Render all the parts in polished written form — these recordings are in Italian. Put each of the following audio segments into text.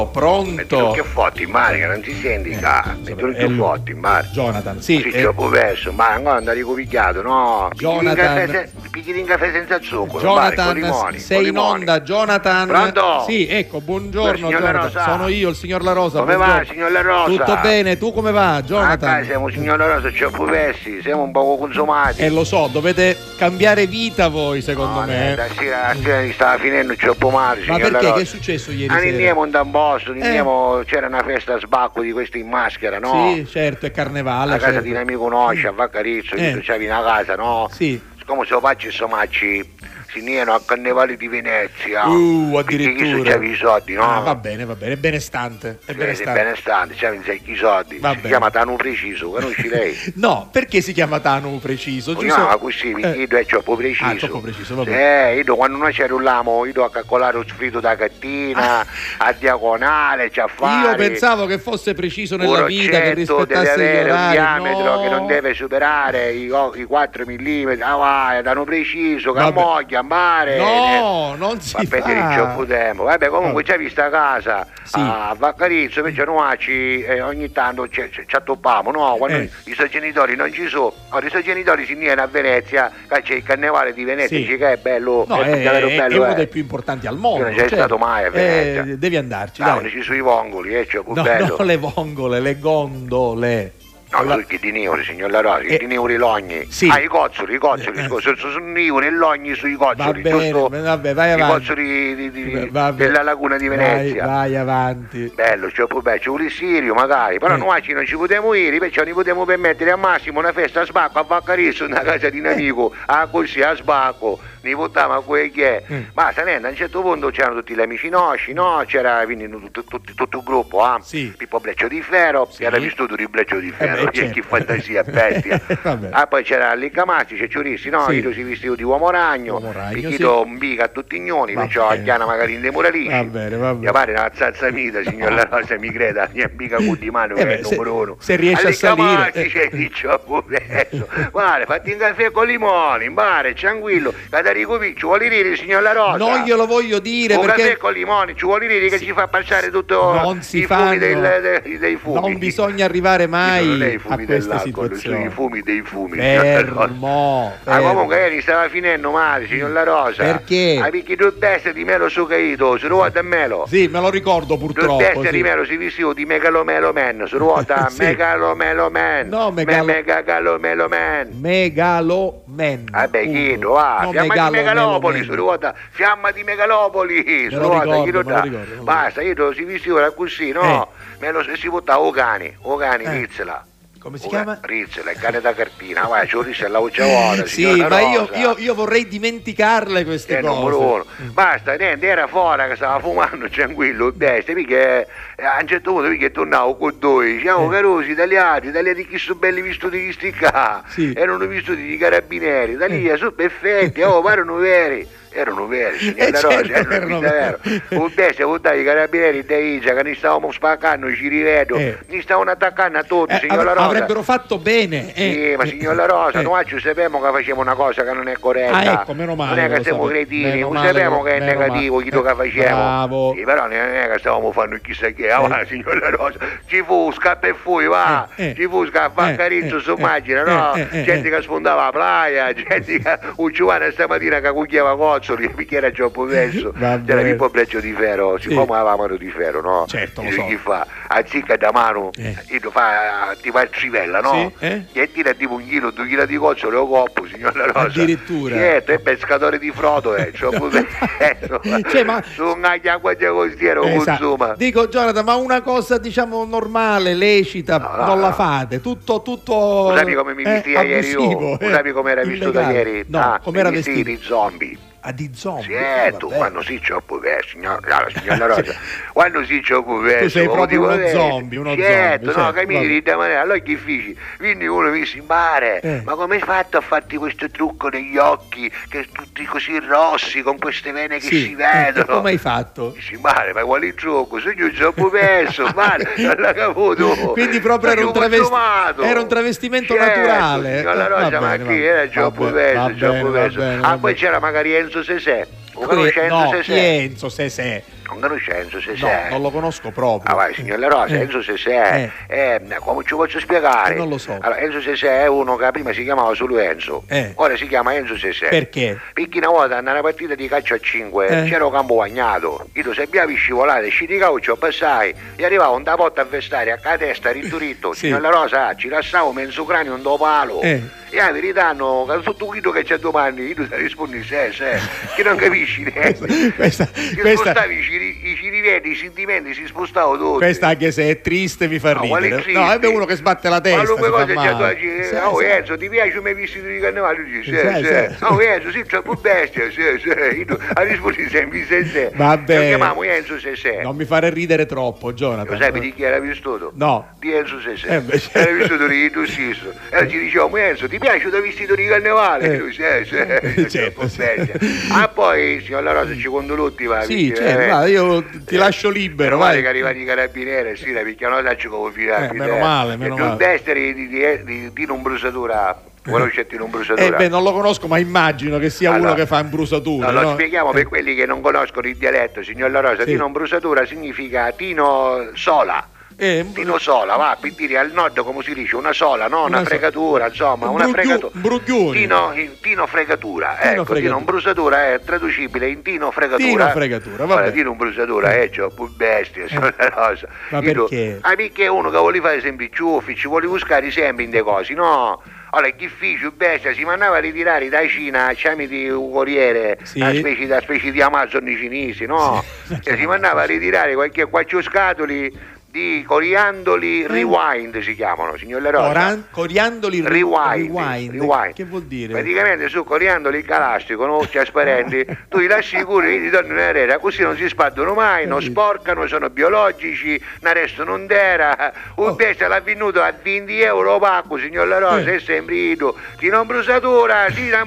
Pronto? Che fotti, Mario, non si senti qua. Metti il fotti, Mario. Jonathan, sì. Sì, c'ho perso, ma ancora andare ricopigliato, no? Jonathan. Picchi in caffè senza zucchero, Jonathan, limoni, sei in onda, Jonathan. Pronto? Sì, ecco, buongiorno Signor La Jonathan. Rosa. Sono io, il signor La Rosa. Come buongiorno. va, signor La Rosa? Tutto bene, tu come va, Jonathan? Siamo signor La Rosa, c'ho persi, siamo un poco consumati. Lo so, dovete cambiare vita voi, secondo me. Stasera stava finendo, c'ho male, Ma signor La perché? Rosa. Che è successo ieri sera? Andiamo un dambosso, c'era una festa a sbacco di questi in maschera, no? Sì, certo, è carnevale. La casa certo. di un amico nostro, a Vaccarizzo, c'avevi una casa, no? Sì. Siccome se lo faccio e somacci, si nieno a Carnevale di Venezia. Perché Addirittura. chi c'avevi i soldi, no? Va bene, è benestante. È Sì, benestante. benestante, c'avevi i soldi. Va Si bene. chiama Tanu Preciso, conosci lei? No, perché si chiama Tanu Preciso? Si chiama così, io è troppo preciso. Ah, troppo preciso, va bene. Io quando noi ci arrullamo, io a calcolare lo sfritto da cattina, a diagonale, a fare. Io pensavo che fosse preciso nella vita, che rispettasse deve gli avere orari. un diametro no. che non deve superare i 4 mm. Ah vai, Tanu Preciso, camoglia, a mare. No, non si fa. Tempo. Vabbè, comunque c'è vista casa a Vaccarizzo, invece noi ogni tanto ci attoppiamo, no? Quando i suoi genitori non ci sono, i suoi genitori si viene a Venezia, c'è il carnevale di Venezia, dice che è bello, No, è bello, uno dei più importanti al mondo. Io non c'è stato mai a Venezia. Devi andarci, Ah, dai. ci sono i vongoli, c'è più No, bello. non le vongole, le gondole. No, che di neuri, signor La Rosa, che di neuri logni. Sì. I cozzoli, sono neuri e logni sui cozzoli. Va bene, vabbè, vai avanti. I cozzoli della laguna di Venezia. Vai avanti. Bello, c'è un Sirio magari, però noi non ci potremo ir, perciò ne potremo permettere al massimo una festa a sbacco a Vaccarizzo, una casa di un amico, così a sbacco, ne votiamo a quel che è. Ma a un certo punto c'erano tutti gli amici nostri, no? C'era quindi tutto il gruppo, Sì. Pippo Bleccio di Ferro, era vissuto di Bleccio di Ferro, certo. che fantasia bestia. Poi c'era Licamazzi, c'è Ciurissi, no? Sì. Io si vestivo di uomo ragno, Picchito un biga a tutti i gnoni, perciò a Chiana magari in demoralisci. Va bene. Mi pare una zazzamita, signor La Rosa, mi creda, mi biga con di mano che è il numero uno. Se riesce a salire. C'è diciamo adesso. Guarda, fatti un caffè con limoni, in bar, tranquillo. Catarico Piccio, vuoi dire, signor La Rosa? Non glielo voglio dire un perché caffè con limoni, ci vuoi dire che ci fa passare tutto non si i fumi fanno. dei fumi. Non bisogna arrivare mai a queste situazioni. I fumi dei fumi. Fermo. Comunque ieri stava finendo male, signor La Rosa. Perché? A picchi due teste di melo su caito, si ruota a melo. Sì, me lo ricordo Due purtroppo. teste di melo si vestiva di megalomelomen, si ruota Sì. megalomelomen. No, megalomelomen. Megalomen. Vabbè, punto. chiedo, fiamma di Megalopoli, si ruota, fiamma di Megalopoli, si ruota, chiedo da. Basta, io si vestiva così, no? Si votava o cani, Rizzela. Come si chiama? Rizzela, il cane da cartina, vai, c'ho Rizzela la voce vuota, Sì, ma io vorrei dimenticarle queste cose. Numero uno. Basta, niente, era fuori che stava fumando tranquillo, bestia, perché a un certo punto perché tornavo con due, diciamo carosi italiani che sono belli vistuti di sticca, erano vistuti di carabinieri, da lì sono perfetti, parano veri. Erano veri, signor La Rosa, erano veri. Un bestia, i carabinieri di Igia che ne stavamo spaccando, ci rivedo, ne stavano attaccando a tutti, signor La Rosa. Avrebbero fatto bene. Sì, ma signor La Rosa, noi ci sappiamo che facciamo una cosa che non è corretta. Ecco, meno male. Non è che siamo cretini, non sappiamo che è negativo quello che facciamo. Bravo. Sì, però non è che stavamo facendo chissà che, va, signor La Rosa. Ci fu scappa e fui, va. Ci fu scappa a Carizzo su macchina, no? Gente che sfondava la playa, gente che ucciava stamattina che cucchiava cozzoli, perché era troppo verso. C'era tipo Breccio di Ferro, si fumava mano di ferro, no? Certo, lo so. Chi fa? Azzicca da mano, io fa tipo a trivella, no? E tira tipo 1 chilo, 2 chili di cozzoli o coppo, signor La Rosa. Addirittura. Certo, è pescatore di frodo, troppo verso. Cioè, ma su un acqua costiera consuma. Dico Jonathan, ma una cosa diciamo normale, lecita, non la fate, tutto Sapi come mi vestia ieri io? Sapi come era vissuto ieri? No, come era vestito? Di zombie. Di zombie? Certo, quando si c'è signor La Rosa, quando si c'è tu sei proprio uno zombie, certo, no, cammini di da maniera, allora che feci? Quindi uno mi si impara, ma come hai fatto a farti questo trucco negli occhi, che tutti così rossi, con queste vene che si vedono? Come hai fatto? Si male, ma quale trucco? Sono io troppo perso, male, non l'ha caputo. Quindi proprio era un travestimento naturale. Signor La Rosa, ma chi era troppo perso? Poi c'era magari Enzo Sesè. No, chi è Enzo Sesè? Non conosce Enzo No, Sesè? non lo conosco proprio. Ah, vai, signor La Rosa, Enzo Sesè, come ci posso spiegare? Non lo so. Allora, Enzo Sesè è uno che prima si chiamava solo Enzo, ora si chiama Enzo Sesè. Perché? Perché una volta andare una partita di calcio a 5 c'era un campo bagnato, io se abbiamo scivolate, sci di cauccio, passai, e arrivavo un da porta a vestare a testa, ritto, Sì. signor La Rosa, ci lasciavo mezzo cranio un do palo. E la verità no, tutto quello che c'è domani, io ti rispondi se, che non capisci niente. questa, Ti spostavi i ciriveti, i sentimenti si spostavano tutti. questa anche se è triste mi fa No, quale ridere. triste? No, è uno che sbatte la testa. Qualunque si fa cosa c'è tu male. oggi, Sì, oh sì. Enzo, ti piace come vestito di carnevale? Io dico, Sì. Oh Enzo, sì, c'è più bestia, io rispondi sempre se. Vabbè. Lo chiamiamo Enzo Sesè. Non mi fare ridere troppo, Jonathan. Lo sai di chi era vissuto? No. Di Enzo Sesè. Invece. Era vissuto di tu stesso. E allora ci dicevamo, Enzo, ti piace da vestito di carnevale? Lui, Certo, sì. Ah, poi, signor La Rosa, secondo l'ultima. Sì, certo, guarda, io ti lascio libero, Meno male vai. che arrivano i carabinieri, sì, perché non so come fidare. Meno male, meno male. Destri di non bruciatura. Conosce di non bruciatura? Non lo conosco, ma immagino che sia Allora, uno che fa imbrusature. Lo no? spieghiamo per quelli che non conoscono il dialetto, signor La Rosa. Sì. Tino imbrusatura significa Tino sola. Tino sola, va, per dire al nord come si dice, una sola, no? Una fregatura, insomma, una fregatura. Tino fregatura, ecco, Tino imbrusatura è traducibile in Tino fregatura. Tino fregatura, vabbè. Tino imbrusatura, c'ho più bestia, signor La Rosa. Ma perché? Perché è uno che vuole fare sempre i ciuffi, ci vuole buscare sempre in dei cose, no? Allora, chi figlio bestia si mandava a ritirare da Cina, di un corriere, una specie di Amazon cinesi, no? Sì. E si mandava a ritirare qualche scatoli di coriandoli rewind si chiamano, signor La Rosa. Coriandoli rewind. Che vuol dire? Praticamente su coriandoli calastico, no? Trasparenti, tu li lasci pure e li torni nella rete, così non si spadano mai, non sporcano, sono biologici, non restano in terra. Un bestia l'ha venuto a 20 euro pacco, signor La Rosa, è sempre io. Ti non brusatura,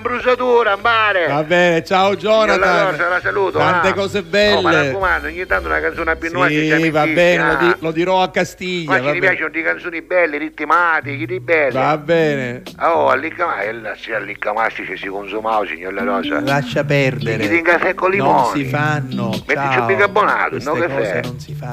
mare. Va bene, ciao Jonathan. Signor La Rosa, la saluto. Tante cose belle. Oh, ma raccomando, ogni tanto una canzone a Sì, va bene, lo dirò a Castiglia. Ma ci piacciono di canzoni belle, ritmatiche, di belle. Va bene. Oh, all'iccamastica si consumava, signor La Rosa. Lascia perdere. Ti caffè con limoni. Non si fanno. Mettici un bicarbonato, no caffè. Non si fanno.